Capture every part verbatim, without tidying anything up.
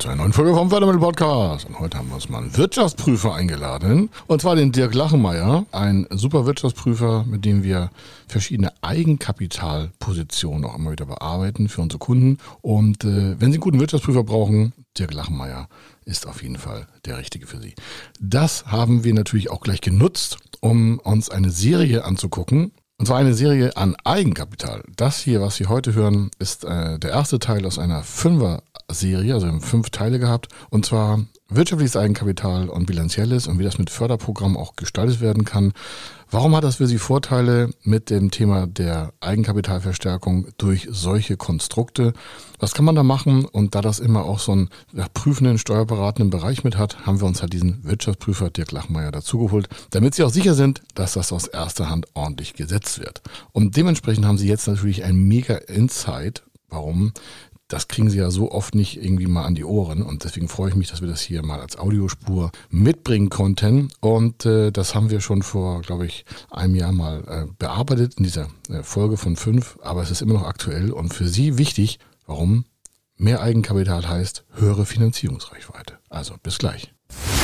zu einer neuen Folge vom Fördermittel-Podcast. Und heute haben wir uns mal einen Wirtschaftsprüfer eingeladen. Und zwar den Dirk Lachenmeier, ein super Wirtschaftsprüfer, mit dem wir verschiedene Eigenkapitalpositionen auch immer wieder bearbeiten für unsere Kunden. Und äh, wenn Sie einen guten Wirtschaftsprüfer brauchen, Dirk Lachenmeier ist auf jeden Fall der Richtige für Sie. Das haben wir natürlich auch gleich genutzt, um uns eine Serie anzugucken. Und zwar eine Serie an Eigenkapital. Das hier, was Sie heute hören, ist äh, der erste Teil aus einer Fünfer-Serie, also wir haben fünf Teile gehabt. Und zwar wirtschaftliches Eigenkapital und bilanzielles und wie das mit Förderprogrammen auch gestaltet werden kann. Warum hat das für Sie Vorteile mit dem Thema der Eigenkapitalverstärkung durch solche Konstrukte? Was kann man da machen? Und da das immer auch so einen ja, prüfenden, steuerberatenden Bereich mit hat, haben wir uns halt diesen Wirtschaftsprüfer Dirk Lachenmeier dazugeholt, damit Sie auch sicher sind, dass das aus erster Hand ordentlich gesetzt wird. Und dementsprechend haben Sie jetzt natürlich ein mega Insight. Warum? Das kriegen Sie ja so oft nicht irgendwie mal an die Ohren und deswegen freue ich mich, dass wir das hier mal als Audiospur mitbringen konnten und äh, das haben wir schon vor, glaube ich, einem Jahr mal äh, bearbeitet in dieser äh, Folge von fünf, aber es ist immer noch aktuell und für Sie wichtig, warum? Mehr Eigenkapital heißt höhere Finanzierungsreichweite. Also bis gleich.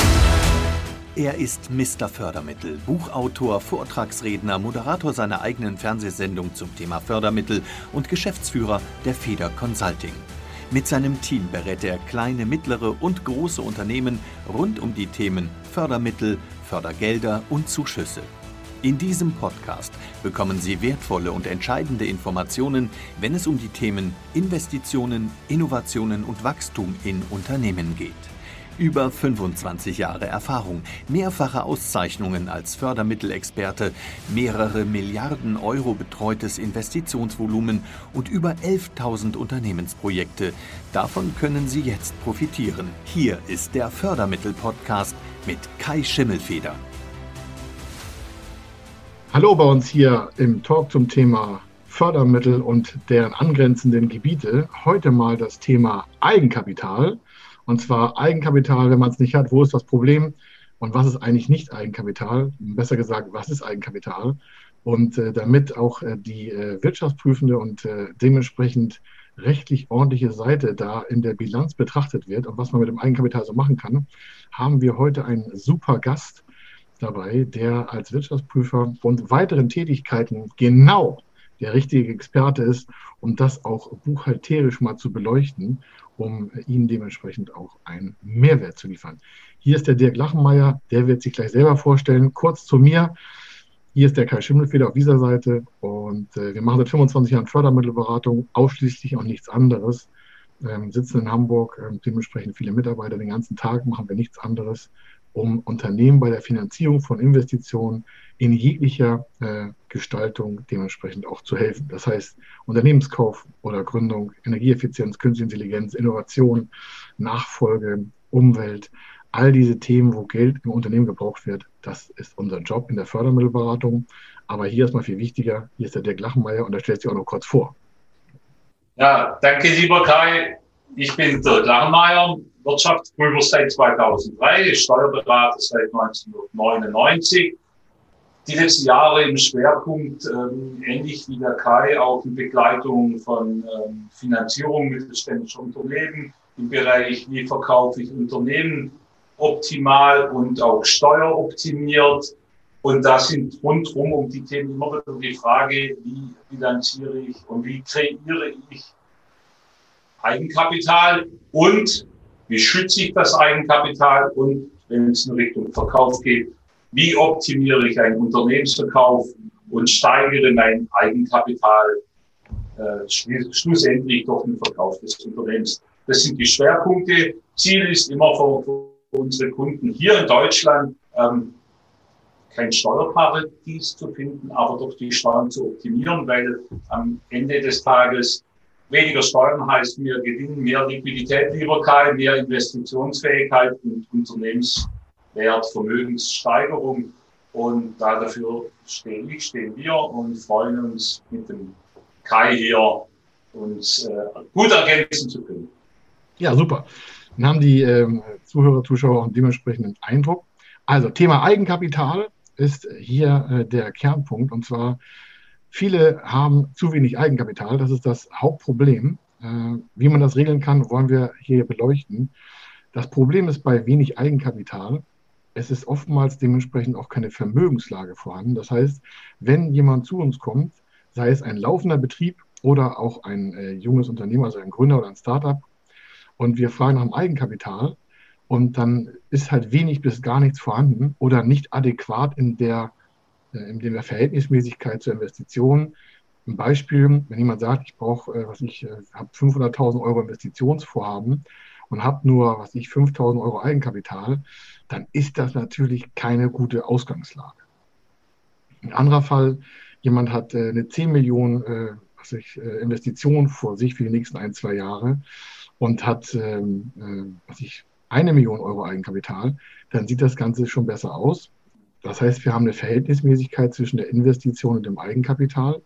Er ist Mister Fördermittel, Buchautor, Vortragsredner, Moderator seiner eigenen Fernsehsendung zum Thema Fördermittel und Geschäftsführer der Feder Consulting. Mit seinem Team berät er kleine, mittlere und große Unternehmen rund um die Themen Fördermittel, Fördergelder und Zuschüsse. In diesem Podcast bekommen Sie wertvolle und entscheidende Informationen, wenn es um die Themen Investitionen, Innovationen und Wachstum in Unternehmen geht. Über fünfundzwanzig Jahre Erfahrung, mehrfache Auszeichnungen als Fördermittelexperte, mehrere Milliarden Euro betreutes Investitionsvolumen und über elftausend Unternehmensprojekte. Davon können Sie jetzt profitieren. Hier ist der Fördermittel-Podcast mit Kai Schimmelfeder. Hallo bei uns hier im Talk zum Thema Fördermittel und deren angrenzenden Gebiete. Heute mal das Thema Eigenkapital. Und zwar Eigenkapital, wenn man es nicht hat, wo ist das Problem? Und was ist eigentlich nicht Eigenkapital? Besser gesagt, was ist Eigenkapital? Und äh, damit auch äh, die äh, wirtschaftsprüfende und äh, dementsprechend rechtlich ordentliche Seite da in der Bilanz betrachtet wird und was man mit dem Eigenkapital so machen kann, haben wir heute einen super Gast dabei, der als Wirtschaftsprüfer und weiteren Tätigkeiten genau der richtige Experte ist, um das auch buchhalterisch mal zu beleuchten, um Ihnen dementsprechend auch einen Mehrwert zu liefern. Hier ist der Dirk Lachenmeier, der wird sich gleich selber vorstellen. Kurz zu mir, hier ist der Kai Schimmelfeder auf dieser Seite und äh, wir machen seit fünfundzwanzig Jahren Fördermittelberatung, ausschließlich und nichts anderes. Ähm, sitzen in Hamburg, ähm, dementsprechend viele Mitarbeiter, den ganzen Tag machen wir nichts anderes, um Unternehmen bei der Finanzierung von Investitionen in jeglicher äh, Gestaltung dementsprechend auch zu helfen. Das heißt, Unternehmenskauf oder Gründung, Energieeffizienz, Künstliche Intelligenz, Innovation, Nachfolge, Umwelt, all diese Themen, wo Geld im Unternehmen gebraucht wird, das ist unser Job in der Fördermittelberatung. Aber hier ist mal viel wichtiger, hier ist der Dirk Lachenmeier und er stellt sich auch noch kurz vor. Ja, danke lieber Kai. Ich bin Dirk Lachenmeier, Wirtschaftsprüfer seit zweitausenddrei, Steuerberater seit neunzehnhundertneunundneunzig. Die letzten Jahre im Schwerpunkt, ähm, ähnlich wie der Kai, auch in Begleitung von ähm, Finanzierung mittelständischer Unternehmen im Bereich, wie verkaufe ich Unternehmen optimal und auch steueroptimiert. Und da sind rundherum um die Themen immer wieder die Frage, wie bilanziere ich und wie kreiere ich Eigenkapital und wie schütze ich das Eigenkapital und wenn es in Richtung Verkauf geht, wie optimiere ich einen Unternehmensverkauf und steigere mein Eigenkapital äh, schlussendlich durch den Verkauf des Unternehmens. Das sind die Schwerpunkte. Ziel ist immer für, für unsere Kunden hier in Deutschland, ähm, kein Steuerparadies zu finden, aber doch die Steuern zu optimieren, weil am Ende des Tages weniger Steuern heißt mehr Gewinn, mehr Liquidität, lieber Kai, mehr Investitionsfähigkeit und Unternehmenswert, Vermögenssteigerung. Und da dafür stehe ich, stehen wir und freuen uns mit dem Kai hier uns äh, gut ergänzen zu können. Ja, super. Dann haben die ähm, Zuhörer, Zuschauer und dementsprechend einen Eindruck. Also Thema Eigenkapital ist hier äh, der Kernpunkt und zwar viele haben zu wenig Eigenkapital, das ist das Hauptproblem. Äh, wie man das regeln kann, wollen wir hier beleuchten. Das Problem ist bei wenig Eigenkapital, es ist oftmals dementsprechend auch keine Vermögenslage vorhanden. Das heißt, wenn jemand zu uns kommt, sei es ein laufender Betrieb oder auch ein äh, junges Unternehmen, also ein Gründer oder ein Startup, und wir fragen nach dem Eigenkapital und dann ist halt wenig bis gar nichts vorhanden oder nicht adäquat in der, äh, in der Verhältnismäßigkeit zur Investition. Ein Beispiel, wenn jemand sagt, ich brauche, äh, was ich, äh, habe fünfhunderttausend Euro Investitionsvorhaben und habe nur, was ich, fünftausend Euro Eigenkapital, dann ist das natürlich keine gute Ausgangslage. Ein anderer Fall, jemand hat äh, eine zehn Millionen äh, was ich, äh, Investition vor sich für die nächsten ein, zwei Jahre und hat ähm, äh, was ich, eine Million Euro Eigenkapital, dann sieht das Ganze schon besser aus. Das heißt, wir haben eine Verhältnismäßigkeit zwischen der Investition und dem Eigenkapital.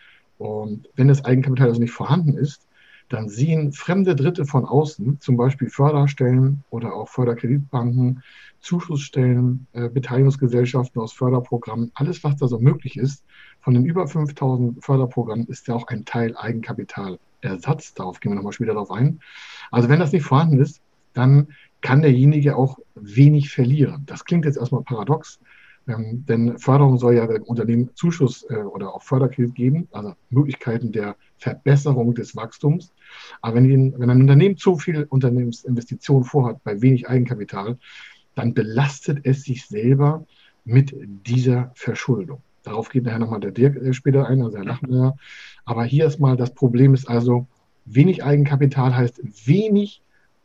Und wenn das Eigenkapital also nicht vorhanden ist, dann sehen fremde Dritte von außen, zum Beispiel Förderstellen oder auch Förderkreditbanken, Zuschussstellen, äh, Beteiligungsgesellschaften aus Förderprogrammen, alles, was da so möglich ist. Von den über fünftausend Förderprogrammen ist ja auch ein Teil Eigenkapitalersatz. Darauf gehen wir nochmal später darauf ein. Also wenn das nicht vorhanden ist, dann kann derjenige auch wenig verlieren. Das klingt jetzt erstmal paradox. Ähm, denn Förderung soll ja dem Unternehmen Zuschuss äh, oder auch Förderkredit geben, also Möglichkeiten der Verbesserung des Wachstums. Aber wenn, die, wenn ein Unternehmen zu viel Unternehmensinvestitionen vorhat, bei wenig Eigenkapital, dann belastet es sich selber mit dieser Verschuldung. Darauf geht nachher nochmal der Dirk äh, später ein, also Herr Lachmeier. Aber hier ist mal, das Problem ist also, wenig Eigenkapital heißt wenig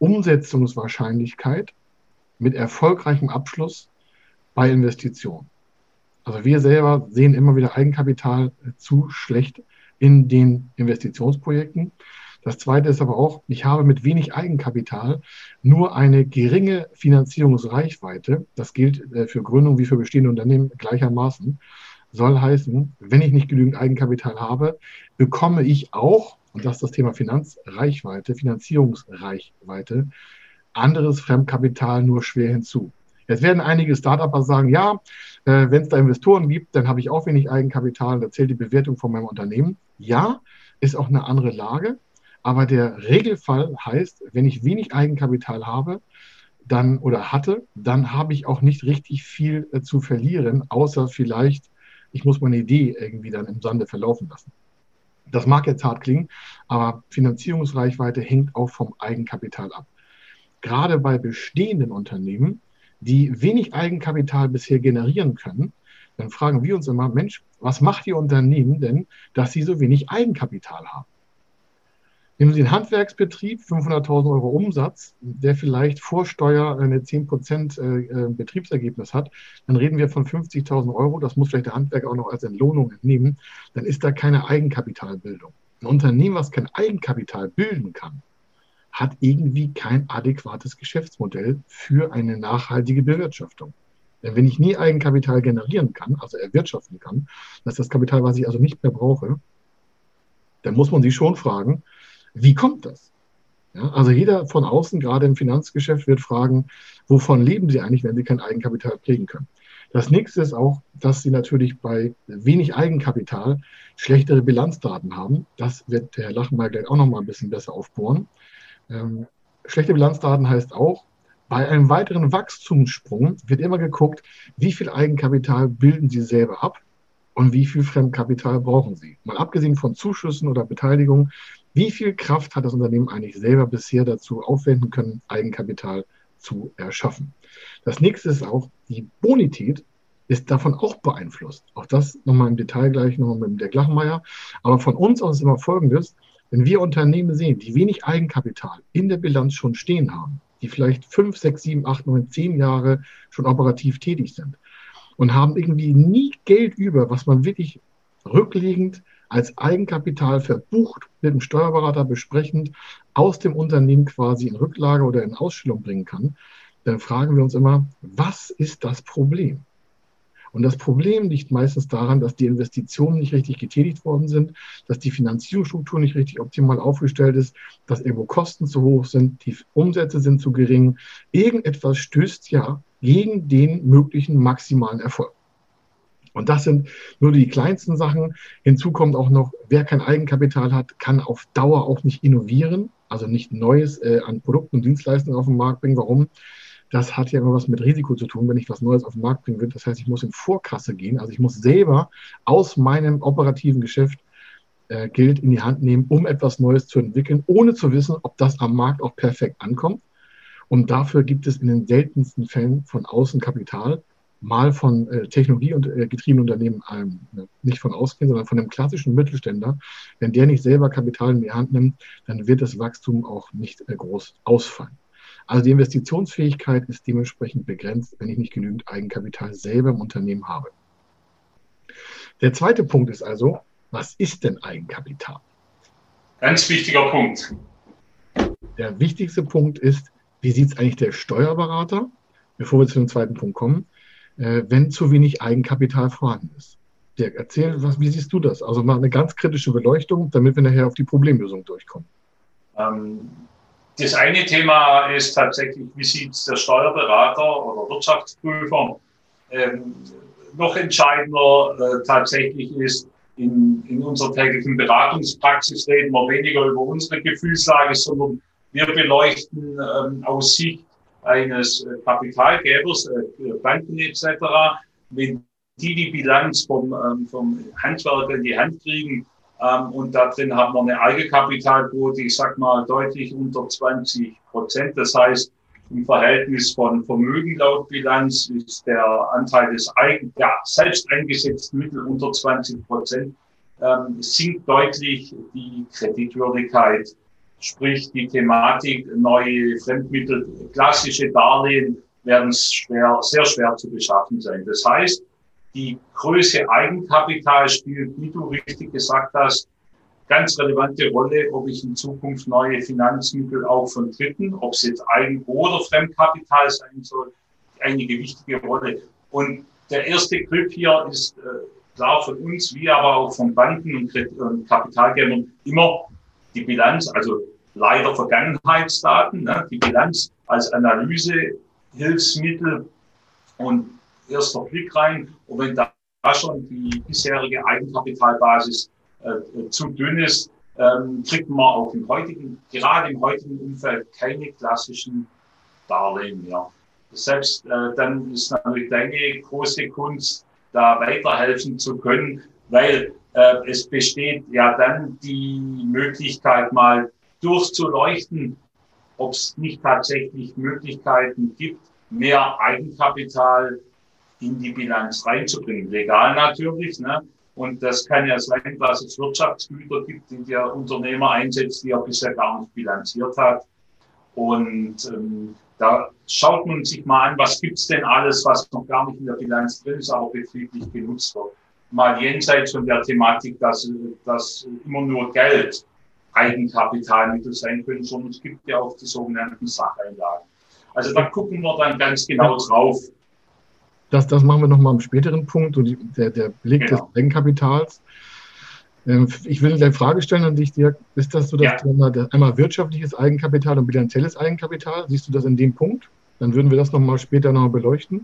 Umsetzungswahrscheinlichkeit mit erfolgreichem Abschluss bei Investitionen. Also wir selber sehen immer wieder Eigenkapital zu schlecht in den Investitionsprojekten. Das Zweite ist aber auch, ich habe mit wenig Eigenkapital nur eine geringe Finanzierungsreichweite. Das gilt für Gründungen wie für bestehende Unternehmen gleichermaßen. Soll heißen, wenn ich nicht genügend Eigenkapital habe, bekomme ich auch, und das ist das Thema Finanzreichweite, Finanzierungsreichweite, anderes Fremdkapital nur schwer hinzu. Jetzt werden einige Start-Upper sagen, ja, äh, wenn es da Investoren gibt, dann habe ich auch wenig Eigenkapital, da zählt die Bewertung von meinem Unternehmen. Ja, ist auch eine andere Lage, aber der Regelfall heißt, wenn ich wenig Eigenkapital habe dann oder hatte, dann habe ich auch nicht richtig viel äh, zu verlieren, außer vielleicht, ich muss meine Idee irgendwie dann im Sande verlaufen lassen. Das mag jetzt hart klingen, aber Finanzierungsreichweite hängt auch vom Eigenkapital ab. Gerade bei bestehenden Unternehmen, die wenig Eigenkapital bisher generieren können, dann fragen wir uns immer, Mensch, was macht Ihr Unternehmen denn, dass Sie so wenig Eigenkapital haben? Nehmen Sie einen Handwerksbetrieb, fünfhunderttausend Euro Umsatz, der vielleicht vor Steuer eine zehn Prozent Betriebsergebnis hat, dann reden wir von fünfzigtausend Euro, das muss vielleicht der Handwerker auch noch als Entlohnung entnehmen, dann ist da keine Eigenkapitalbildung. Ein Unternehmen, was kein Eigenkapital bilden kann, hat irgendwie kein adäquates Geschäftsmodell für eine nachhaltige Bewirtschaftung. Denn wenn ich nie Eigenkapital generieren kann, also erwirtschaften kann, das ist das Kapital, was ich also nicht mehr brauche, dann muss man sich schon fragen, wie kommt das? Ja, also jeder von außen, gerade im Finanzgeschäft, wird fragen, wovon leben Sie eigentlich, wenn Sie kein Eigenkapital prägen können? Das nächste ist auch, dass Sie natürlich bei wenig Eigenkapital schlechtere Bilanzdaten haben. Das wird der Herr Lachmeier gleich auch noch mal ein bisschen besser aufbohren. Ähm, schlechte Bilanzdaten heißt auch, bei einem weiteren Wachstumssprung wird immer geguckt, wie viel Eigenkapital bilden Sie selber ab und wie viel Fremdkapital brauchen Sie. Mal abgesehen von Zuschüssen oder Beteiligung, wie viel Kraft hat das Unternehmen eigentlich selber bisher dazu aufwenden können, Eigenkapital zu erschaffen. Das nächste ist auch, die Bonität ist davon auch beeinflusst. Auch das nochmal im Detail gleich nochmal mit der Glachmeier. Aber von uns aus ist immer Folgendes: Wenn wir Unternehmen sehen, die wenig Eigenkapital in der Bilanz schon stehen haben, die vielleicht fünf, sechs, sieben, acht, neun, zehn Jahre schon operativ tätig sind und haben irgendwie nie Geld über, was man wirklich rückliegend als Eigenkapital verbucht, mit dem Steuerberater besprechend, aus dem Unternehmen quasi in Rücklage oder in Ausstellung bringen kann, dann fragen wir uns immer, was ist das Problem? Und das Problem liegt meistens daran, dass die Investitionen nicht richtig getätigt worden sind, dass die Finanzierungsstruktur nicht richtig optimal aufgestellt ist, dass irgendwo Kosten zu hoch sind, die Umsätze sind zu gering. Irgendetwas stößt ja gegen den möglichen maximalen Erfolg. Und das sind nur die kleinsten Sachen. Hinzu kommt auch noch, wer kein Eigenkapital hat, kann auf Dauer auch nicht innovieren, also nicht Neues äh, an Produkten und Dienstleistungen auf den Markt bringen. Warum? Das hat ja immer was mit Risiko zu tun, wenn ich was Neues auf den Markt bringen will. Das heißt, ich muss in Vorkasse gehen. Also ich muss selber aus meinem operativen Geschäft äh, Geld in die Hand nehmen, um etwas Neues zu entwickeln, ohne zu wissen, ob das am Markt auch perfekt ankommt. Und dafür gibt es in den seltensten Fällen von außen Kapital, mal von äh, Technologie- und äh, getriebenen Unternehmen ähm, nicht von ausgehen, sondern von dem klassischen Mittelständler. Wenn der nicht selber Kapital in die Hand nimmt, dann wird das Wachstum auch nicht äh, groß ausfallen. Also die Investitionsfähigkeit ist dementsprechend begrenzt, wenn ich nicht genügend Eigenkapital selber im Unternehmen habe. Der zweite Punkt ist also, was ist denn Eigenkapital? Ganz wichtiger Punkt. Der wichtigste Punkt ist, wie sieht es eigentlich der Steuerberater, bevor wir zu dem zweiten Punkt kommen, wenn zu wenig Eigenkapital vorhanden ist. Dirk, erzähl, was, wie siehst du das? Also mal eine ganz kritische Beleuchtung, damit wir nachher auf die Problemlösung durchkommen. Ähm, das eine Thema ist tatsächlich, wie sieht es der Steuerberater oder Wirtschaftsprüfer? Ähm, noch entscheidender äh, tatsächlich ist, in, in unserer täglichen Beratungspraxis reden wir weniger über unsere Gefühlslage, sondern wir beleuchten ähm, aus Sicht eines äh, Kapitalgebers, äh, Banken et cetera, wenn die die Bilanz vom, ähm, vom Handwerker in die Hand kriegen ähm, und da drin haben wir eine Eigenkapitalquote, ich sag mal deutlich unter zwanzig Prozent. Das heißt, im Verhältnis von Vermögen laut Bilanz ist der Anteil des eigen, ja, selbst eingesetzten Mittel unter zwanzig Prozent, ähm, sinkt deutlich die Kreditwürdigkeit. Sprich, die Thematik, neue Fremdmittel, klassische Darlehen werden schwer, sehr schwer zu beschaffen sein. Das heißt, die Größe Eigenkapital spielt, wie du richtig gesagt hast, ganz relevante Rolle, ob ich in Zukunft neue Finanzmittel auch von Dritten, ob es jetzt Eigen- oder Fremdkapital sein soll, eine wichtige Rolle. Und der erste Griff hier ist äh, klar von uns, wie aber auch von Banken und, und Kapitalgebern immer die Bilanz, also leider Vergangenheitsdaten, ne, die Bilanz als Analysehilfsmittel und erster Blick rein. Und wenn da schon die bisherige Eigenkapitalbasis äh, zu dünn ist, ähm, kriegt man auch im heutigen, gerade im heutigen Umfeld keine klassischen Darlehen mehr. Selbst äh, dann ist natürlich deine große Kunst, da weiterhelfen zu können, weil äh, es besteht ja dann die Möglichkeit, mal durchzuleuchten, ob es nicht tatsächlich Möglichkeiten gibt, mehr Eigenkapital in die Bilanz reinzubringen. Legal natürlich, ne? Und das kann ja sein, dass es Wirtschaftsgüter gibt, die der Unternehmer einsetzt, die er bisher gar nicht bilanziert hat. Und ähm, da schaut man sich mal an, was gibt's denn alles, was noch gar nicht in der Bilanz drin ist, aber betrieblich genutzt wird. Mal jenseits von der Thematik, dass, dass immer nur Geld Eigenkapitalmittel sein können, sondern es gibt ja auch die sogenannten Sacheinlagen. Also da gucken wir dann ganz genau drauf. Das, das machen wir nochmal am späteren Punkt, und die, der, der Blick genau. des Eigenkapitals. Ähm, ich will eine Frage stellen an dich, Dirk. Ist das so, dass ja. Thema, das einmal wirtschaftliches Eigenkapital und bilanzielles Eigenkapital? Siehst du das in dem Punkt? Dann würden wir das nochmal später noch beleuchten.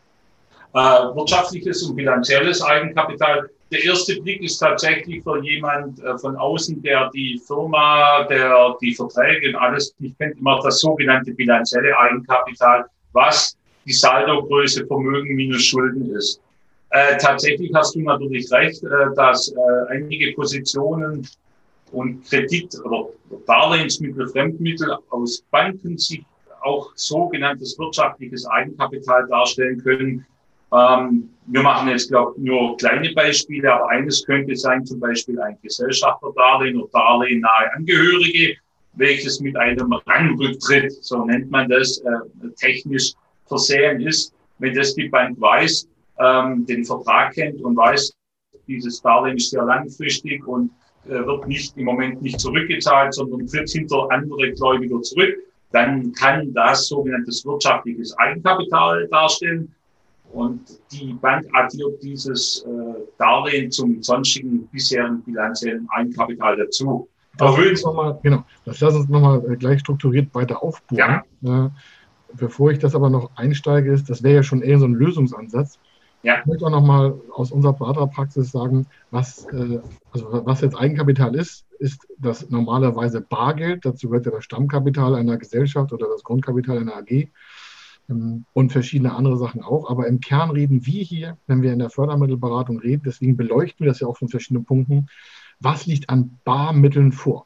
Äh, wirtschaftliches und bilanzielles Eigenkapital. Der erste Blick ist tatsächlich für jemand äh, von außen, der die Firma, der die Verträge und alles nicht kennt, immer das sogenannte bilanzielle Eigenkapital, was die Saldogröße Vermögen minus Schulden ist. Äh, tatsächlich hast du natürlich recht, äh, dass äh, einige Positionen und Kredit- oder Darlehensmittel, Fremdmittel aus Bankensicht auch sogenanntes wirtschaftliches Eigenkapital darstellen können. Ähm, wir machen jetzt, glaube ich, nur kleine Beispiele, aber eines könnte sein, zum Beispiel ein Gesellschafterdarlehen oder Darlehen nahe Angehörige, welches mit einem Rangrücktritt, so nennt man das, äh, technisch versehen ist. Wenn das die Bank weiß, ähm, den Vertrag kennt und weiß, dieses Darlehen ist sehr langfristig und äh, wird nicht im Moment nicht zurückgezahlt, sondern tritt hinter andere Gläubiger zurück, dann kann das sogenanntes wirtschaftliches Eigenkapital darstellen. Und die Bank addiert dieses äh, Darlehen zum sonstigen bisherigen bilanziellen Eigenkapital dazu. Das, noch mal, genau, das lass uns nochmal gleich strukturiert weiter aufbauen. Ja. Äh, bevor ich das aber noch einsteige, ist, das wäre ja schon eher so ein Lösungsansatz. Ja. Ich möchte auch noch mal aus unserer Beraterpraxis sagen, was, äh, also was jetzt Eigenkapital ist, ist das normalerweise Bargeld. Dazu gehört ja das Stammkapital einer Gesellschaft oder das Grundkapital einer A G ähm, und verschiedene andere Sachen auch. Aber im Kern reden wir hier, wenn wir in der Fördermittelberatung reden, deswegen beleuchten wir das ja auch von verschiedenen Punkten, was liegt an Barmitteln vor?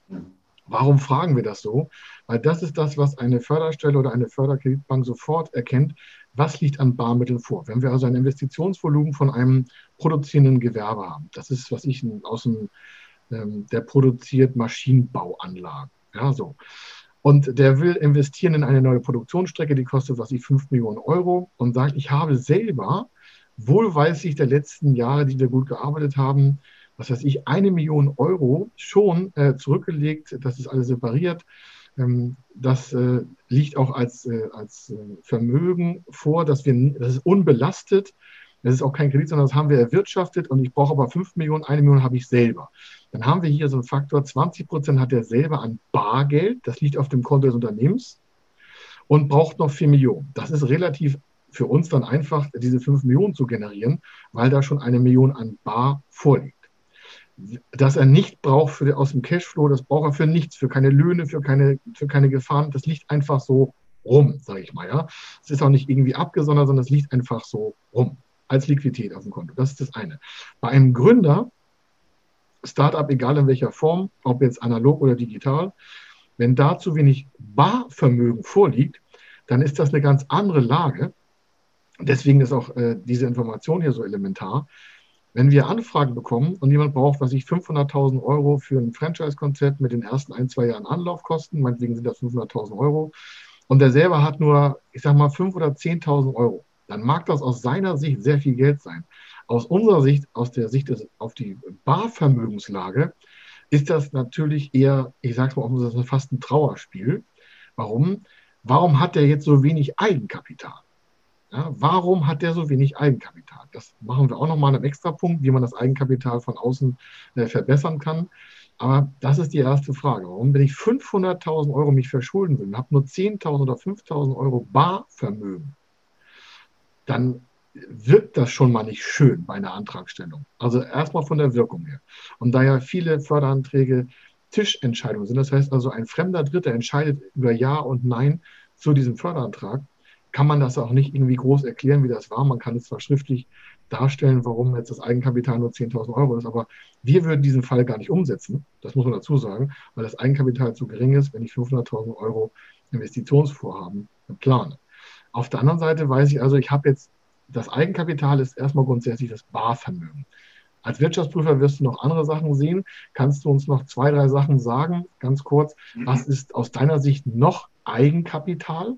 Warum fragen wir das so? Weil das ist das, was eine Förderstelle oder eine Förderkreditbank sofort erkennt. Was liegt an Barmitteln vor? Wenn wir also ein Investitionsvolumen von einem produzierenden Gewerbe haben, das ist, was ich aus dem, ähm, der produziert Maschinenbauanlagen. Ja, so. Und der will investieren in eine neue Produktionsstrecke, die kostet, was ich, fünf Millionen Euro und sagt, ich habe selber, wohlweislich der letzten Jahre, die wir gut gearbeitet haben, was weiß ich, eine Million Euro schon äh, zurückgelegt, das ist alles separiert. Ähm, das äh, liegt auch als, äh, als äh, Vermögen vor, dass wir, das ist unbelastet, das ist auch kein Kredit, sondern das haben wir erwirtschaftet und ich brauche aber fünf Millionen, eine Million habe ich selber. Dann haben wir hier so einen Faktor, zwanzig Prozent hat er selber an Bargeld, das liegt auf dem Konto des Unternehmens und braucht noch vier Millionen. Das ist relativ für uns dann einfach, diese fünf Millionen zu generieren, weil da schon eine Million an Bar vorliegt. Das er nicht braucht für, aus dem Cashflow, das braucht er für nichts, für keine Löhne, für keine, für keine Gefahren. Das liegt einfach so rum, sage ich mal. Ja. Es ist auch nicht irgendwie abgesondert, sondern es liegt einfach so rum, als Liquidität auf dem Konto. Das ist das eine. Bei einem Gründer, Startup, egal in welcher Form, ob jetzt analog oder digital, wenn da zu wenig Barvermögen vorliegt, dann ist das eine ganz andere Lage. Deswegen ist auch äh, diese Information hier so elementar. Wenn wir Anfragen bekommen und jemand braucht, was ich, fünfhunderttausend Euro für ein Franchise-Konzept mit den ersten ein, zwei Jahren Anlaufkosten, meinetwegen sind das fünfhunderttausend Euro, und der selber hat nur, ich sag mal, fünftausend oder zehntausend Euro, dann mag das aus seiner Sicht sehr viel Geld sein. Aus unserer Sicht, aus der Sicht des, auf die Barvermögenslage, ist das natürlich eher, ich sag's mal, das ist fast ein Trauerspiel. Warum? Warum hat der jetzt so wenig Eigenkapital? Ja, warum hat der so wenig Eigenkapital? Das machen wir auch nochmal in einem Extrapunkt, wie man das Eigenkapital von außen äh, verbessern kann. Aber das ist die erste Frage. Warum, wenn ich fünfhunderttausend Euro mich verschulden will und habe nur zehntausend oder fünftausend Euro Barvermögen, dann wirkt das schon mal nicht schön bei einer Antragstellung. Also erstmal von der Wirkung her. Und da ja viele Förderanträge Tischentscheidungen sind, das heißt also ein fremder Dritter entscheidet über Ja und Nein zu diesem Förderantrag, kann man das auch nicht irgendwie groß erklären, wie das war. Man kann es zwar schriftlich darstellen, warum jetzt das Eigenkapital nur zehntausend Euro ist, aber wir würden diesen Fall gar nicht umsetzen, das muss man dazu sagen, weil das Eigenkapital zu gering ist, wenn ich fünfhunderttausend Euro Investitionsvorhaben plane. Auf der anderen Seite weiß ich also, ich habe jetzt, das Eigenkapital ist erstmal grundsätzlich das Barvermögen. Als Wirtschaftsprüfer wirst du noch andere Sachen sehen. Kannst du uns noch zwei, drei Sachen sagen, ganz kurz, was ist aus deiner Sicht noch Eigenkapital?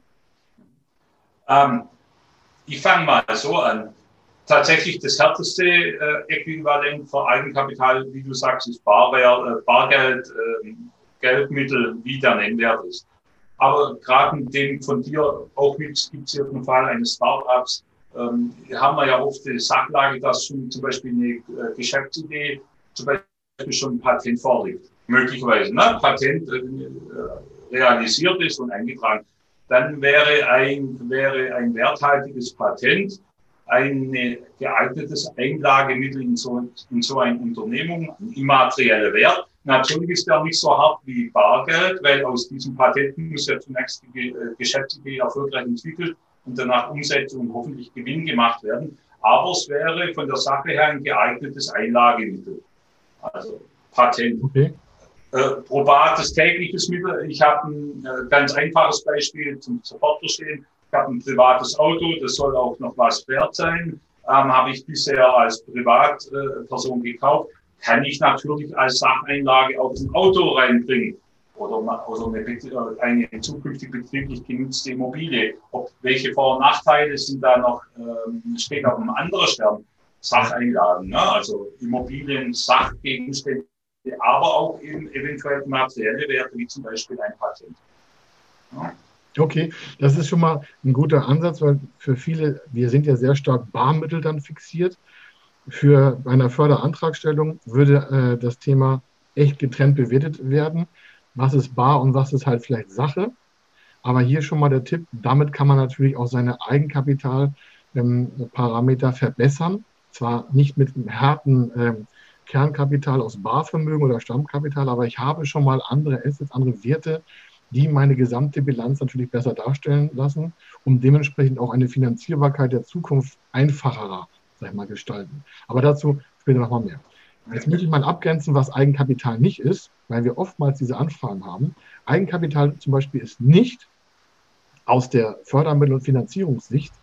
Ähm, ich fange mal so an. Tatsächlich das härteste äh, Äquivalent für Eigenkapital, wie du sagst, ist Barwert, äh, Bargeld, äh, Geldmittel, wie der Nennwert ist. Aber gerade in dem von dir auch mit skizzierten Fall eines Startups ähm, haben wir ja oft die Sachlage, dass zum Beispiel eine äh, Geschäftsidee, zum Beispiel schon ein Patent vorliegt. Möglicherweise, ne? Patent äh, realisiert ist und eingetragen. Dann wäre ein, wäre ein werthaltiges Patent ein geeignetes Einlagemittel in so, in so eine Unternehmung, ein immaterieller Wert. Natürlich ist der nicht so hart wie Bargeld, weil aus diesem Patent muss ja zunächst die Geschäftsidee erfolgreich entwickelt und danach Umsetzung und hoffentlich Gewinn gemacht werden. Aber es wäre von der Sache her ein geeignetes Einlagemittel. Also Patent. Okay. Äh, probates tägliches Mittel. Ich habe ein äh, ganz einfaches Beispiel zum sofort verstehen. Ich habe ein privates Auto, das soll auch noch was wert sein. Ähm, habe ich bisher als Privatperson äh, gekauft. Kann ich natürlich als Sacheinlage auf ein Auto reinbringen oder, oder eine, eine zukünftig betrieblich genutzte Immobilie. Ob, welche Vor- und Nachteile sind da noch, ähm, steht auf einem anderen Stern. Sacheinlagen, ne? Also Immobilien, Sachgegenstände, aber auch eben eventuell materielle Werte, wie zum Beispiel ein Patent. Ja. Okay, das ist schon mal ein guter Ansatz, weil für viele, wir sind ja sehr stark Barmittel dann fixiert. Für eine Förderantragstellung würde äh, das Thema echt getrennt bewertet werden. Was ist Bar und was ist halt vielleicht Sache? Aber hier schon mal der Tipp, damit kann man natürlich auch seine Eigenkapital ähm, Parameter verbessern. Zwar nicht mit einem harten ähm, Kernkapital aus Barvermögen oder Stammkapital, aber ich habe schon mal andere Assets, andere Werte, die meine gesamte Bilanz natürlich besser darstellen lassen, um dementsprechend auch eine Finanzierbarkeit der Zukunft einfacher, sag ich mal, gestalten. Aber dazu später nochmal mehr. Jetzt möchte ich mal abgrenzen, was Eigenkapital nicht ist, weil wir oftmals diese Anfragen haben. Eigenkapital zum Beispiel ist nicht aus der Fördermittel- und Finanzierungssicht,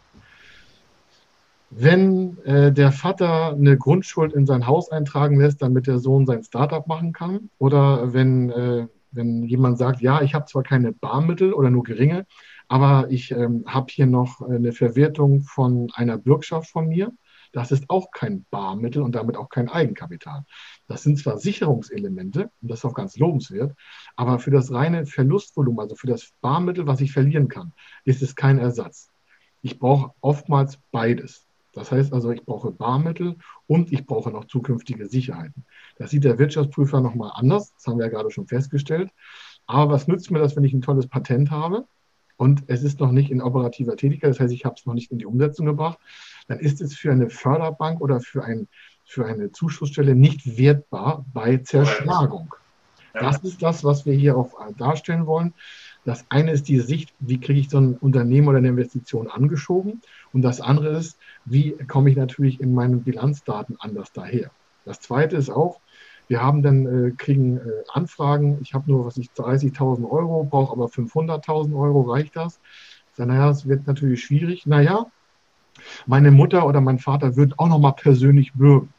wenn äh, der Vater eine Grundschuld in sein Haus eintragen lässt, damit der Sohn sein Startup machen kann, oder wenn, äh, wenn jemand sagt, ja, ich habe zwar keine Barmittel oder nur geringe, aber ich ähm, habe hier noch eine Verwertung von einer Bürgschaft von mir. Das ist auch kein Barmittel und damit auch kein Eigenkapital. Das sind zwar Sicherungselemente, und das ist auch ganz lobenswert, aber für das reine Verlustvolumen, also für das Barmittel, was ich verlieren kann, ist es kein Ersatz. Ich brauche oftmals beides. Das heißt also, ich brauche Barmittel und ich brauche noch zukünftige Sicherheiten. Das sieht der Wirtschaftsprüfer nochmal anders. Das haben wir ja gerade schon festgestellt. Aber was nützt mir das, wenn ich ein tolles Patent habe und es ist noch nicht in operativer Tätigkeit, das heißt, ich habe es noch nicht in die Umsetzung gebracht, dann ist es für eine Förderbank oder für, ein, für eine Zuschussstelle nicht wertbar bei Zerschlagung. Das ist das, was wir hier auch darstellen wollen. Das eine ist die Sicht, wie kriege ich so ein Unternehmen oder eine Investition angeschoben? Und das andere ist, wie komme ich natürlich in meinen Bilanzdaten anders daher? Das zweite ist auch, wir haben dann, äh, kriegen äh, Anfragen, ich habe nur, was ich, dreißigtausend Euro, brauche aber fünfhunderttausend Euro, reicht das? Ich sage, naja, es wird natürlich schwierig. Naja, meine Mutter oder mein Vater würden auch nochmal persönlich bürgen.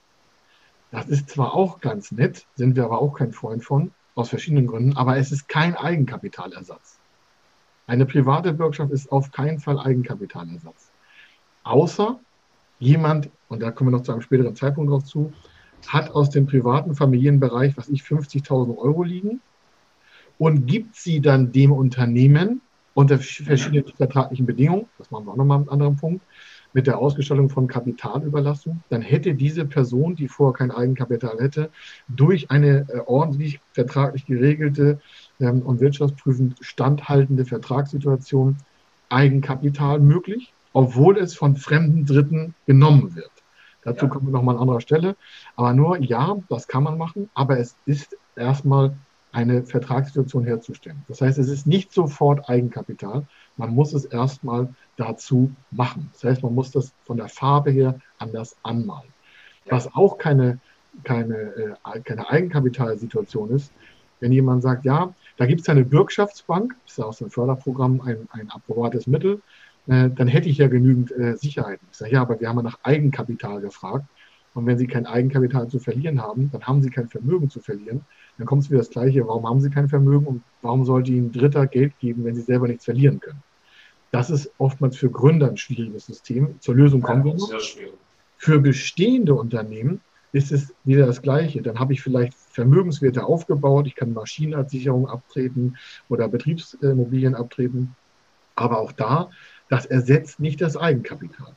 Das ist zwar auch ganz nett, sind wir aber auch kein Freund von, aus verschiedenen Gründen, aber es ist kein Eigenkapitalersatz. Eine private Bürgschaft ist auf keinen Fall Eigenkapitalersatz. Außer jemand, und da kommen wir noch zu einem späteren Zeitpunkt drauf zu, hat aus dem privaten Familienbereich, was ich, fünfzigtausend Euro liegen und gibt sie dann dem Unternehmen unter verschiedenen vertraglichen Bedingungen, das machen wir auch nochmal einen anderen Punkt, mit der Ausgestaltung von Kapitalüberlassung, dann hätte diese Person, die vorher kein Eigenkapital hätte, durch eine äh, ordentlich vertraglich geregelte ähm, und wirtschaftsprüfend standhaltende Vertragssituation Eigenkapital möglich, obwohl es von fremden Dritten genommen wird. Dazu kommen wir nochmal an anderer Stelle. Aber nur, ja, das kann man machen, aber es ist erstmal eine Vertragssituation herzustellen. Das heißt, es ist nicht sofort Eigenkapital. Man muss es erstmal dazu machen. Das heißt, man muss das von der Farbe her anders anmalen. Was auch keine, keine, äh, keine Eigenkapitalsituation ist, wenn jemand sagt, ja, da gibt es eine Bürgschaftsbank, das ist aus dem Förderprogramm ein, ein approbates Mittel, äh, dann hätte ich ja genügend äh, Sicherheiten. Ich sage, ja, aber wir haben ja nach Eigenkapital gefragt. Und wenn Sie kein Eigenkapital zu verlieren haben, dann haben Sie kein Vermögen zu verlieren. Dann kommt es wieder das Gleiche, warum haben Sie kein Vermögen und warum sollte Ihnen ein Dritter Geld geben, wenn Sie selber nichts verlieren können? Das ist oftmals für Gründer ein schwieriges System. Zur Lösung kommen wir noch. Für bestehende Unternehmen ist es wieder das Gleiche. Dann habe ich vielleicht Vermögenswerte aufgebaut, ich kann Maschinen als Sicherung abtreten oder Betriebsimmobilien abtreten. Aber auch da, das ersetzt nicht das Eigenkapital.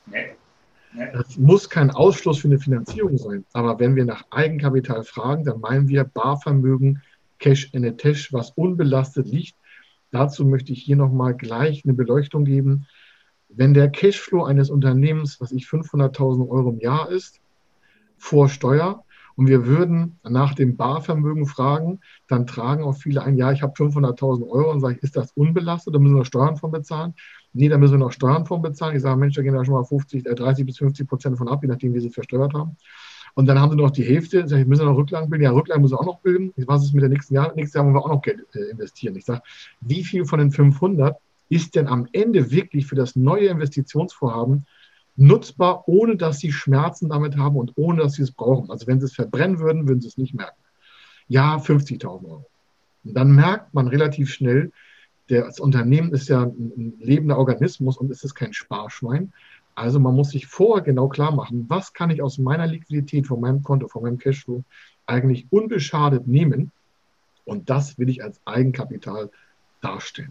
Das muss kein Ausschluss für eine Finanzierung sein. Aber wenn wir nach Eigenkapital fragen, dann meinen wir Barvermögen, Cash in the Tash, was unbelastet liegt. Dazu möchte ich hier nochmal gleich eine Beleuchtung geben. Wenn der Cashflow eines Unternehmens, was ich fünfhunderttausend Euro im Jahr ist, vor Steuer, und wir würden nach dem Barvermögen fragen, dann tragen auch viele ein, ja, ich habe fünfhunderttausend Euro und sage ich, ist das unbelastet, da müssen wir Steuern von bezahlen? Nee, da müssen wir noch Steuern von bezahlen. Ich sage, Mensch, da gehen da schon mal fünfzig, dreißig bis fünfzig Prozent von ab, je nachdem, wie sie es versteuert haben. Und dann haben sie noch die Hälfte. Sag ich, müssen wir noch Rücklagen bilden? Ja, Rücklagen müssen wir auch noch bilden. Was ist mit der nächsten Jahr? Nächstes Jahr wollen wir auch noch Geld äh, investieren. Ich sage, wie viel von den fünfhundert ist denn am Ende wirklich für das neue Investitionsvorhaben nutzbar, ohne dass sie Schmerzen damit haben und ohne dass sie es brauchen? Also wenn sie es verbrennen würden, würden sie es nicht merken. Ja, fünfzigtausend Euro. Und dann merkt man relativ schnell, das Unternehmen ist ja ein lebender Organismus und es ist kein Sparschwein. Also man muss sich vorher genau klar machen, was kann ich aus meiner Liquidität, von meinem Konto, von meinem Cashflow eigentlich unbeschadet nehmen, und das will ich als Eigenkapital darstellen.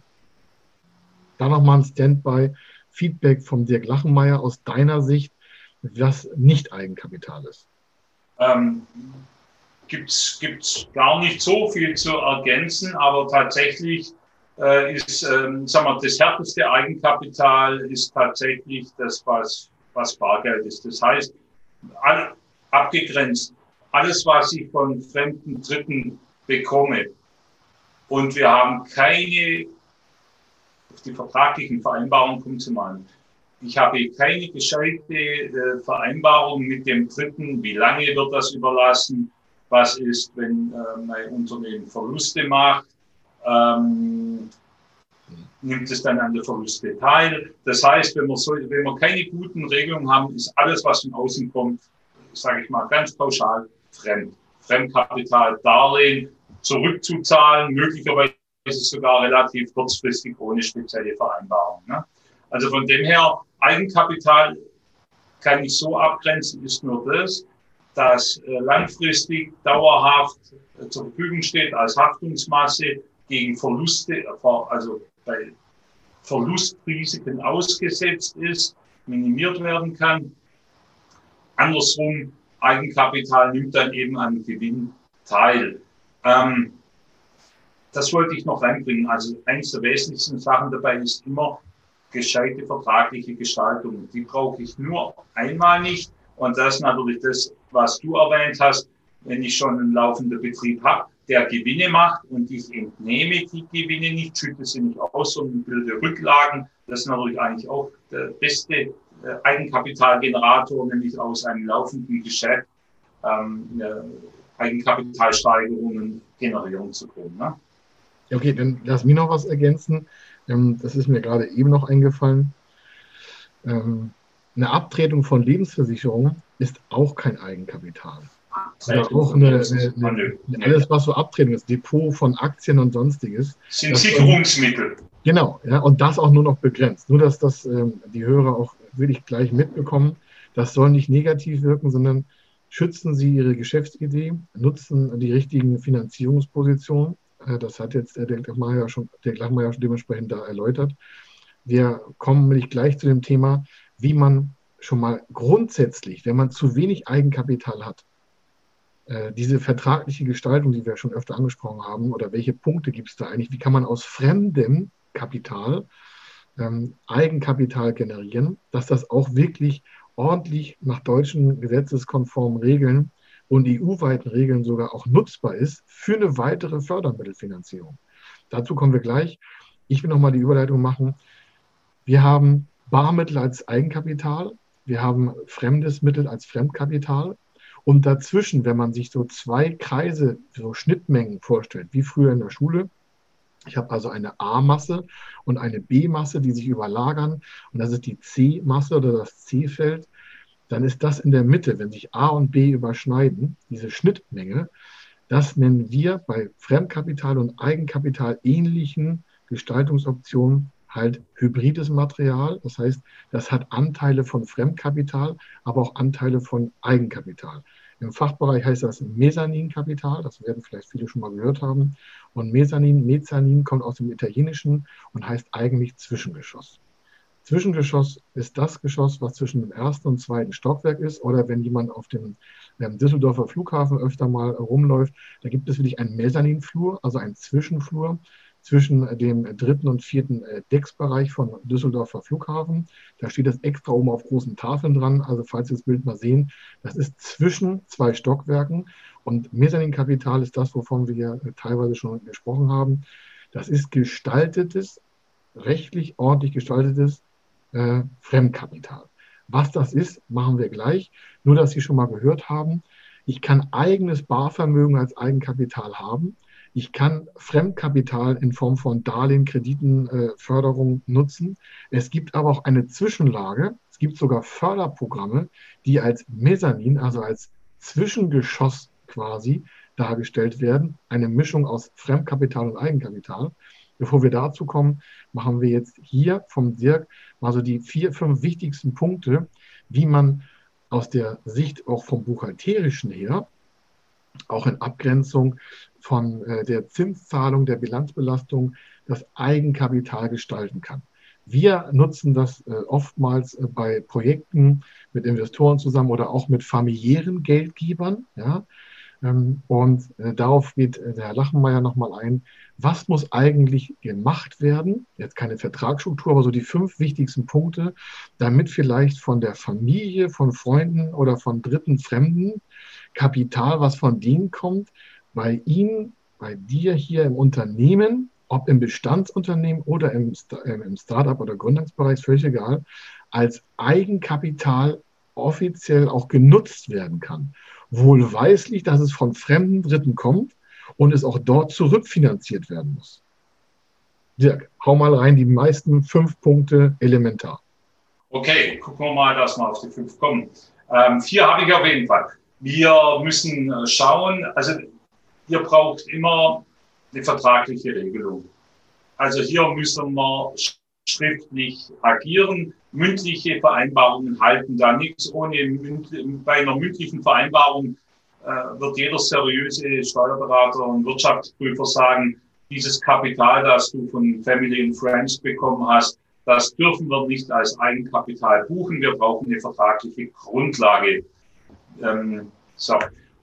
Da nochmal ein Standby-Feedback von Dirk Lachenmeier aus deiner Sicht, was nicht Eigenkapital ist. Ähm, gibt es gar nicht so viel zu ergänzen, aber tatsächlich äh, ist, ähm, sagen wir, das härteste Eigenkapital ist tatsächlich das, was, was Bargeld ist. Das heißt, all, abgegrenzt, alles, was ich von fremden Dritten bekomme, und wir haben keine, auf die vertraglichen Vereinbarungen kommt es mal an. Ich habe keine gescheite äh, Vereinbarung mit dem Dritten, wie lange wird das überlassen, was ist, wenn äh, mein Unternehmen Verluste macht, ähm, nimmt es dann an der Verluste teil. Das heißt, wenn wir, so, wenn wir keine guten Regelungen haben, ist alles, was von außen kommt, sage ich mal ganz pauschal, fremd. Fremdkapital, Darlehen zurückzuzahlen, möglicherweise sogar relativ kurzfristig ohne spezielle Vereinbarung. Ne? Also von dem her, Eigenkapital kann ich so abgrenzen, ist nur das, dass äh, langfristig dauerhaft äh, zur Verfügung steht als Haftungsmasse gegen Verluste, äh, also bei Verlustrisiken ausgesetzt ist, minimiert werden kann. Andersrum, Eigenkapital nimmt dann eben an Gewinn teil. Ähm, das wollte ich noch reinbringen. Also eines der wesentlichsten Sachen dabei ist immer gescheite vertragliche Gestaltung. Die brauche ich nur einmal nicht. Und das ist natürlich das, was du erwähnt hast, wenn ich schon einen laufenden Betrieb habe, der Gewinne macht und ich entnehme die Gewinne nicht, schütte sie nicht aus, sondern bilde Rücklagen. Das ist natürlich eigentlich auch der beste Eigenkapitalgenerator, nämlich aus einem laufenden Geschäft ähm, Eigenkapitalsteigerungen generieren zu können. Ne? Okay, dann lass mich noch was ergänzen. Ähm, das ist mir gerade eben noch eingefallen. Ähm, eine Abtretung von Lebensversicherungen ist auch kein Eigenkapital. Oder auch eine, eine, eine, alles, was so Abtretung ist, Depot von Aktien und Sonstiges. Sind Sicherungsmittel. Genau, ja, und das auch nur noch begrenzt. Nur, dass das ähm, die Hörer auch wirklich gleich mitbekommen. Das soll nicht negativ wirken, sondern schützen Sie Ihre Geschäftsidee, nutzen die richtigen Finanzierungspositionen. Äh, das hat jetzt der Glachmeier schon, der Glachmeier schon dementsprechend da erläutert. Wir kommen nämlich gleich zu dem Thema, wie man schon mal grundsätzlich, wenn man zu wenig Eigenkapital hat, äh, diese vertragliche Gestaltung, die wir schon öfter angesprochen haben, oder welche Punkte gibt es da eigentlich, wie kann man aus fremdem Kapital ähm, Eigenkapital generieren, dass das auch wirklich ordentlich nach deutschen gesetzeskonformen Regeln und E U-weiten Regeln sogar auch nutzbar ist für eine weitere Fördermittelfinanzierung. Dazu kommen wir gleich. Ich will nochmal die Überleitung machen. Wir haben Barmittel als Eigenkapital, wir haben fremdes Mittel als Fremdkapital und dazwischen, wenn man sich so zwei Kreise, so Schnittmengen vorstellt, wie früher in der Schule, ich habe also eine A-Masse und eine B-Masse, die sich überlagern und das ist die C-Masse oder das C-Feld, dann ist das in der Mitte, wenn sich A und B überschneiden, diese Schnittmenge, das nennen wir bei Fremdkapital und Eigenkapital ähnlichen Gestaltungsoptionen halt hybrides Material. Das heißt, das hat Anteile von Fremdkapital, aber auch Anteile von Eigenkapital. Im Fachbereich heißt das Mezzaninkapital, das werden vielleicht viele schon mal gehört haben. Und Mezzanin, Mezzanin kommt aus dem Italienischen und heißt eigentlich Zwischengeschoss. Zwischengeschoss ist das Geschoss, was zwischen dem ersten und zweiten Stockwerk ist. Oder wenn jemand auf dem ähm, Düsseldorfer Flughafen öfter mal rumläuft, da gibt es wirklich einen Mezzaninflur, also einen Zwischenflur zwischen dem dritten und vierten äh, Decksbereich von Düsseldorfer Flughafen. Da steht das extra oben auf großen Tafeln dran. Also falls Sie das Bild mal sehen, das ist zwischen zwei Stockwerken. Und Mezzaninkapital ist das, wovon wir äh, teilweise schon gesprochen haben. Das ist gestaltetes, rechtlich ordentlich gestaltetes äh, Fremdkapital. Was das ist, machen wir gleich. Nur, dass Sie schon mal gehört haben, ich kann eigenes Barvermögen als Eigenkapital haben. Ich kann Fremdkapital in Form von Darlehen, Krediten, äh, Förderung nutzen. Es gibt aber auch eine Zwischenlage. Es gibt sogar Förderprogramme, die als Mezzanin, also als Zwischengeschoss quasi dargestellt werden. Eine Mischung aus Fremdkapital und Eigenkapital. Bevor wir dazu kommen, machen wir jetzt hier vom Dirk mal so die vier, fünf wichtigsten Punkte, wie man aus der Sicht auch vom Buchhalterischen her, auch in Abgrenzung von äh, der Zinszahlung, der Bilanzbelastung, das Eigenkapital gestalten kann. Wir nutzen das äh, oftmals äh, bei Projekten mit Investoren zusammen oder auch mit familiären Geldgebern, ja, Ähm, und äh, darauf geht äh, der Herr Lachenmeier nochmal ein. Was muss eigentlich gemacht werden? Jetzt keine Vertragsstruktur, aber so die fünf wichtigsten Punkte, damit vielleicht von der Familie, von Freunden oder von dritten Fremden Kapital, was von denen kommt, bei Ihnen, bei dir hier im Unternehmen, ob im Bestandsunternehmen oder im, Sta- äh, im Startup oder Gründungsbereich, völlig egal, als Eigenkapital offiziell auch genutzt werden kann. Wohlweislich, dass es von fremden Dritten kommt und es auch dort zurückfinanziert werden muss. Dirk, hau mal rein, die meisten fünf Punkte elementar. Okay, gucken wir mal, dass wir auf die fünf kommen. Ähm, vier habe ich auf jeden Fall. Wir müssen äh, schauen, also ihr braucht immer eine vertragliche Regelung. Also hier müssen wir schriftlich agieren. Mündliche Vereinbarungen halten da nichts. Ohne bei einer mündlichen Vereinbarung äh, wird jeder seriöse Steuerberater und Wirtschaftsprüfer sagen, dieses Kapital, das du von Family and Friends bekommen hast, das dürfen wir nicht als Eigenkapital buchen. Wir brauchen eine vertragliche Grundlage. Ähm, so.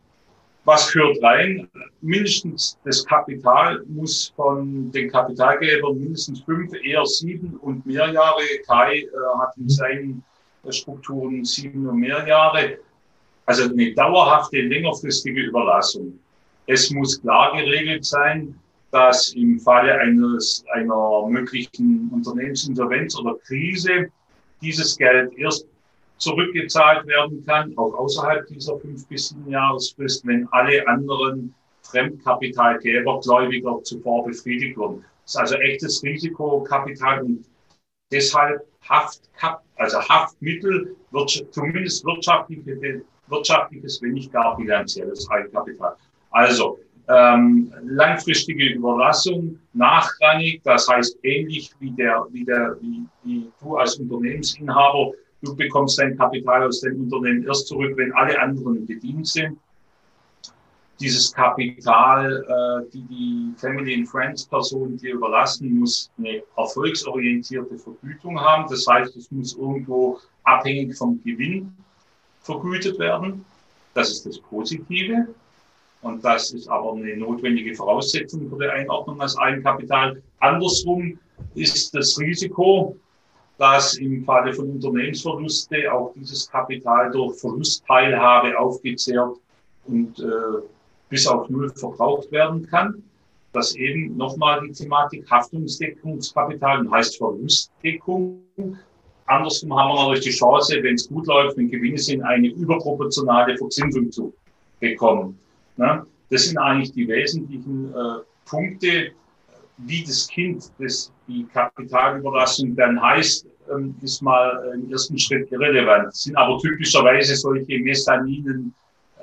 Was führt rein? Mindestens das Kapital muss von den Kapitalgebern mindestens fünf, eher sieben und mehr Jahre. Kai äh, hat in seinen Strukturen sieben und mehr Jahre. Also eine dauerhafte, längerfristige Überlassung. Es muss klar geregelt sein, dass im Falle eines, einer möglichen Unternehmensinsolvenz oder Krise dieses Geld erst zurückgezahlt werden kann, auch außerhalb dieser fünf bis sieben Jahresfrist, wenn alle anderen Fremdkapitalgeber, Gläubiger zuvor befriedigt wurden. Das ist also echtes Risikokapital und deshalb Haft, also Haftmittel, zumindest wirtschaftliche, wirtschaftliches, wenn nicht gar bilanzielles Eigenkapital. Also ähm, langfristige Überlassung, nachrangig, das heißt ähnlich wie der, wie der, wie, wie du als Unternehmensinhaber. Du bekommst dein Kapital aus dem Unternehmen erst zurück, wenn alle anderen bedient sind. Dieses Kapital, äh, die die Family and Friends Person dir überlassen, muss eine erfolgsorientierte Vergütung haben. Das heißt, es muss irgendwo abhängig vom Gewinn vergütet werden. Das ist das Positive. Und das ist aber eine notwendige Voraussetzung für die Einordnung als Eigenkapital. Andersrum ist das Risiko, dass im Falle von Unternehmensverluste auch dieses Kapital durch Verlustteilhabe aufgezehrt und äh, bis auf Null verbraucht werden kann. Das eben nochmal die Thematik Haftungsdeckungskapital heißt Verlustdeckung. Andersrum haben wir natürlich die Chance, wenn es gut läuft, wenn Gewinne sind, eine überproportionale Verzinsung zu bekommen. Ne? Das sind eigentlich die wesentlichen äh, Punkte. Wie das Kind, das die Kapitalüberlassung dann heißt, ähm, ist mal im ersten Schritt irrelevant. Das sind aber typischerweise solche Mezzaninenprogramme.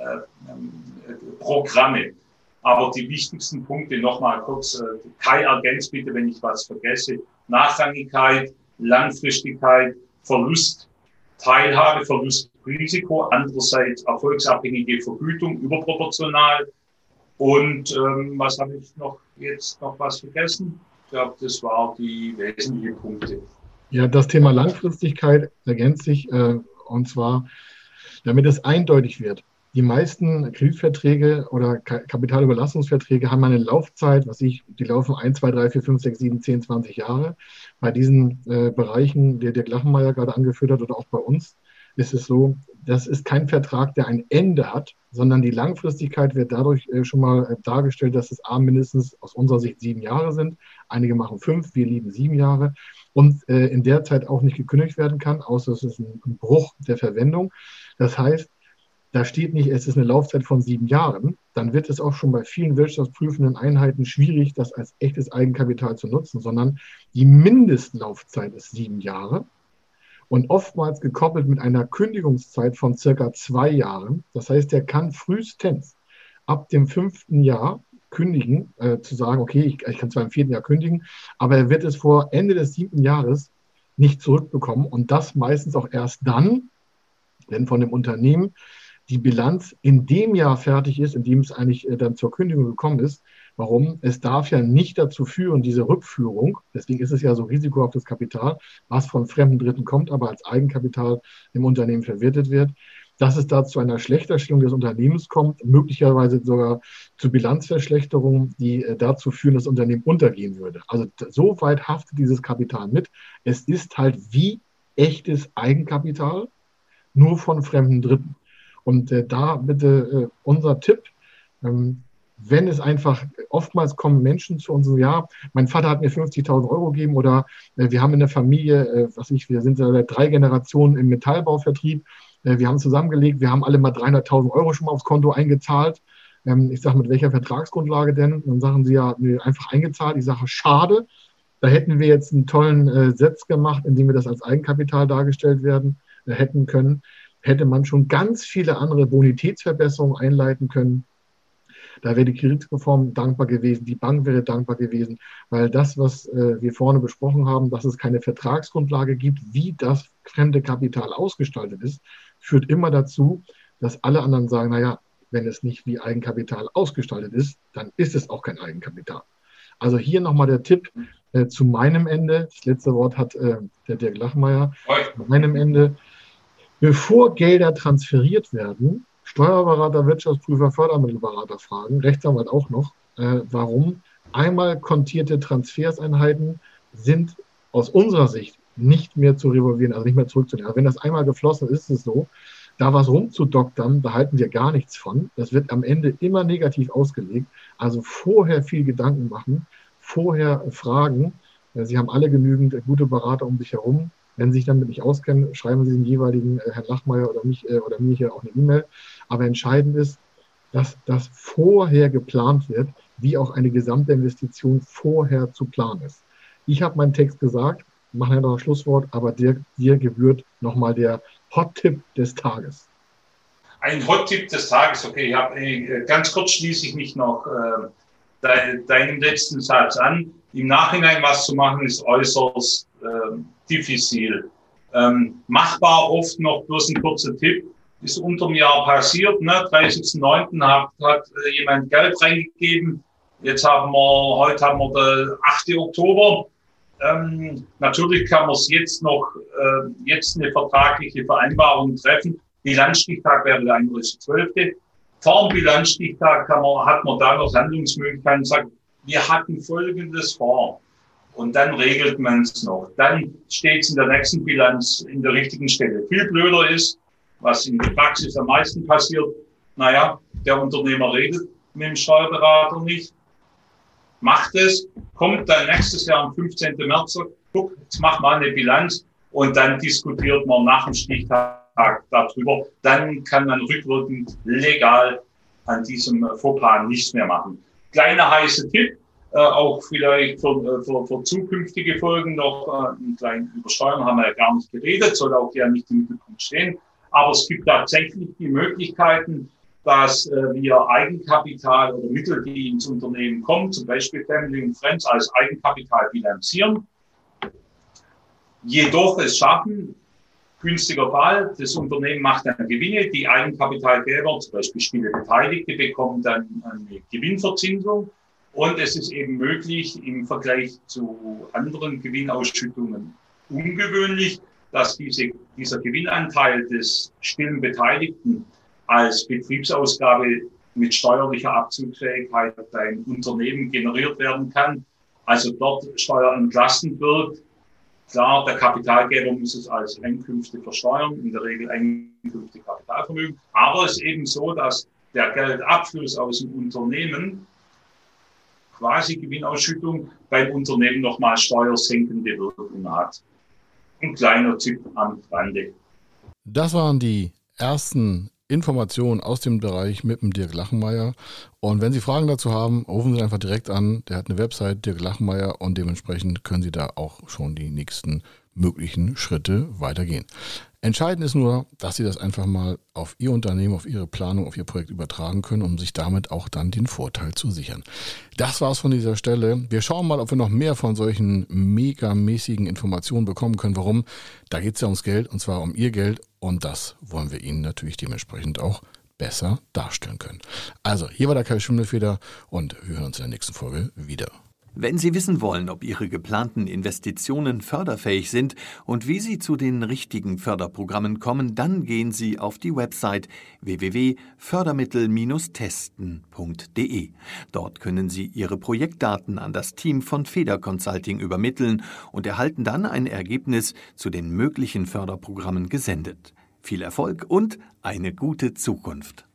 Äh, aber die wichtigsten Punkte nochmal kurz, äh, Kai ergänzt bitte, wenn ich was vergesse. Nachrangigkeit, Langfristigkeit, Verlust, Teilhabe, Verlustrisiko, andererseits erfolgsabhängige Vergütung, überproportional. Und ähm, was habe ich noch jetzt noch was vergessen? Ich glaube, das waren die wesentlichen Punkte. Ja, das Thema Langfristigkeit ergänzt sich, äh, und zwar, damit es eindeutig wird. Die meisten Kreditverträge oder Ka- Kapitalüberlassungsverträge haben eine Laufzeit, was ich, die laufen eins, zwei, drei, vier, fünf, sechs, sieben, zehn, zwanzig Jahre. Bei diesen äh, Bereichen, die Dirk Lachenmeier gerade angeführt hat oder auch bei uns, ist es so, das ist kein Vertrag, der ein Ende hat, sondern die Langfristigkeit wird dadurch äh, schon mal äh, dargestellt, dass es A, mindestens aus unserer Sicht sieben Jahre sind. Einige machen fünf, wir lieben sieben Jahre und äh, in der Zeit auch nicht gekündigt werden kann, außer es ist ein, ein Bruch der Verwendung. Das heißt, da steht nicht, es ist eine Laufzeit von sieben Jahren, dann wird es auch schon bei vielen wirtschaftsprüfenden Einheiten schwierig, das als echtes Eigenkapital zu nutzen, sondern die Mindestlaufzeit ist sieben Jahre. Und oftmals gekoppelt mit einer Kündigungszeit von circa zwei Jahren. Das heißt, er kann frühestens ab dem fünften Jahr kündigen, äh, zu sagen, okay, ich, ich kann zwar im vierten Jahr kündigen, aber er wird es vor Ende des siebten Jahres nicht zurückbekommen. Und das meistens auch erst dann, wenn von dem Unternehmen die Bilanz in dem Jahr fertig ist, in dem es eigentlich äh, dann zur Kündigung gekommen ist. Warum? Es darf ja nicht dazu führen, diese Rückführung, deswegen ist es ja so risikohaftes Kapital, was von fremden Dritten kommt, aber als Eigenkapital im Unternehmen verwertet wird, dass es da zu einer Schlechterstellung des Unternehmens kommt, möglicherweise sogar zu Bilanzverschlechterungen, die äh, dazu führen, dass das Unternehmen untergehen würde. Also so weit haftet dieses Kapital mit. Es ist halt wie echtes Eigenkapital, nur von fremden Dritten. Und äh, da bitte äh, unser Tipp, ähm, wenn es einfach, oftmals kommen Menschen zu uns so, ja, mein Vater hat mir fünfzigtausend Euro gegeben oder äh, wir haben in der Familie, äh, was ich, wir sind seit drei Generationen im Metallbauvertrieb, äh, wir haben zusammengelegt, wir haben alle mal dreihunderttausend Euro schon mal aufs Konto eingezahlt. Ähm, ich sage, mit welcher Vertragsgrundlage denn? Dann sagen sie ja, nee, einfach eingezahlt. Ich sage, schade, da hätten wir jetzt einen tollen äh, Satz gemacht, indem wir das als Eigenkapital dargestellt werden, äh, hätten können, hätte man schon ganz viele andere Bonitätsverbesserungen einleiten können. Da wäre die Kreditreform dankbar gewesen, die Bank wäre dankbar gewesen, weil das, was äh, wir vorne besprochen haben, dass es keine Vertragsgrundlage gibt, wie das fremde Kapital ausgestaltet ist, führt immer dazu, dass alle anderen sagen, naja, wenn es nicht wie Eigenkapital ausgestaltet ist, dann ist es auch kein Eigenkapital. Also hier nochmal der Tipp äh, zu meinem Ende. Das letzte Wort hat äh, der Dirk Lachmeier. Zu meinem Ende. Bevor Gelder transferiert werden, Steuerberater, Wirtschaftsprüfer, Fördermittelberater fragen, Rechtsanwalt auch noch, äh, warum? Einmal kontierte Transferseinheiten sind aus unserer Sicht nicht mehr zu revolvieren, also nicht mehr zurückzunehmen. Also wenn das einmal geflossen ist, ist es so, da was rumzudoktern, da halten wir gar nichts von. Das wird am Ende immer negativ ausgelegt. Also vorher viel Gedanken machen, vorher fragen. Sie haben alle genügend gute Berater um sich herum. Wenn Sie sich damit nicht auskennen, schreiben Sie den jeweiligen äh, Herrn Lachmeier oder, mich, äh, oder mir hier auch eine E-Mail. Aber entscheidend ist, dass das vorher geplant wird, wie auch eine gesamte Investition vorher zu planen ist. Ich habe meinen Text gesagt, machen ja noch ein Schlusswort, aber dir, dir gebührt nochmal der Hot-Tipp des Tages. Ein Hot-Tipp des Tages, okay, ich hab, äh, ganz kurz schließe ich mich noch äh, de, deinen letzten Satz an. Im Nachhinein was zu machen, ist äußerst äh, diffizil. Ähm, machbar oft noch bloß ein kurzer Tipp, ist unterm Jahr passiert, ne? dreißigsten neunten hat, hat jemand Geld reingegeben, jetzt haben wir, heute haben wir den achten Oktober. Ähm, natürlich kann man es jetzt noch, äh, jetzt eine vertragliche Vereinbarung treffen. Bilanzstichtag wäre der einunddreißigste zwölfte Vor dem Bilanzstichtag kann man, hat man da noch Handlungsmöglichkeiten und sagt, wir hatten Folgendes vor. Und dann regelt man es noch. Dann steht es in der nächsten Bilanz in der richtigen Stelle. Viel blöder ist, was in der Praxis am meisten passiert, naja, der Unternehmer redet mit dem Steuerberater nicht, macht es, kommt dann nächstes Jahr am fünfzehnten März, guck, jetzt mach mal eine Bilanz und dann diskutiert man nach dem Stichtag darüber. Dann kann man rückwirkend legal an diesem Fauxpas nichts mehr machen. Kleiner heißer Tipp, äh, auch vielleicht für, für, für zukünftige Folgen noch äh, ein kleines Übersteuern haben wir ja gar nicht geredet, soll auch ja nicht im Mittelpunkt stehen. Aber es gibt tatsächlich die Möglichkeiten, dass äh, wir Eigenkapital oder Mittel, die ins Unternehmen kommen, zum Beispiel Family and Friends, als Eigenkapital bilanzieren. Jedoch es schaffen, günstiger Fall, das Unternehmen macht dann Gewinne, die Eigenkapitalgeber, zum Beispiel stille Beteiligte, bekommen dann eine Gewinnverzinsung. Und es ist eben möglich, im Vergleich zu anderen Gewinnausschüttungen ungewöhnlich, dass diese, dieser Gewinnanteil des stillen Beteiligten als Betriebsausgabe mit steuerlicher Abzugsfähigkeit beim Unternehmen generiert werden kann. Also dort steuerentlastend wirkt. Klar, der Kapitalgeber muss es als Einkünfte versteuern, in der Regel Einkünfte Kapitalvermögen. Aber es ist eben so, dass der Geldabfluss aus dem Unternehmen, quasi Gewinnausschüttung, beim Unternehmen nochmal steuersenkende Wirkung hat. Ein kleiner Tipp am Rande. Das waren die ersten Informationen aus dem Bereich mit dem Dirk Lachmeier. Und wenn Sie Fragen dazu haben, rufen Sie einfach direkt an. Der hat eine Website, Dirk Lachmeier, und dementsprechend können Sie da auch schon die nächsten möglichen Schritte weitergehen. Entscheidend ist nur, dass Sie das einfach mal auf Ihr Unternehmen, auf Ihre Planung, auf Ihr Projekt übertragen können, um sich damit auch dann den Vorteil zu sichern. Das war's von dieser Stelle. Wir schauen mal, ob wir noch mehr von solchen megamäßigen Informationen bekommen können. Warum? Da geht es ja ums Geld, und zwar um Ihr Geld, und das wollen wir Ihnen natürlich dementsprechend auch besser darstellen können. Also, hier war der Kai Schimmelfeder und wir hören uns in der nächsten Folge wieder. Wenn Sie wissen wollen, ob Ihre geplanten Investitionen förderfähig sind und wie Sie zu den richtigen Förderprogrammen kommen, dann gehen Sie auf die Website w w w punkt fördermittel Bindestrich testen punkt d e. Dort können Sie Ihre Projektdaten an das Team von Feder Consulting übermitteln und erhalten dann ein Ergebnis zu den möglichen Förderprogrammen gesendet. Viel Erfolg und eine gute Zukunft!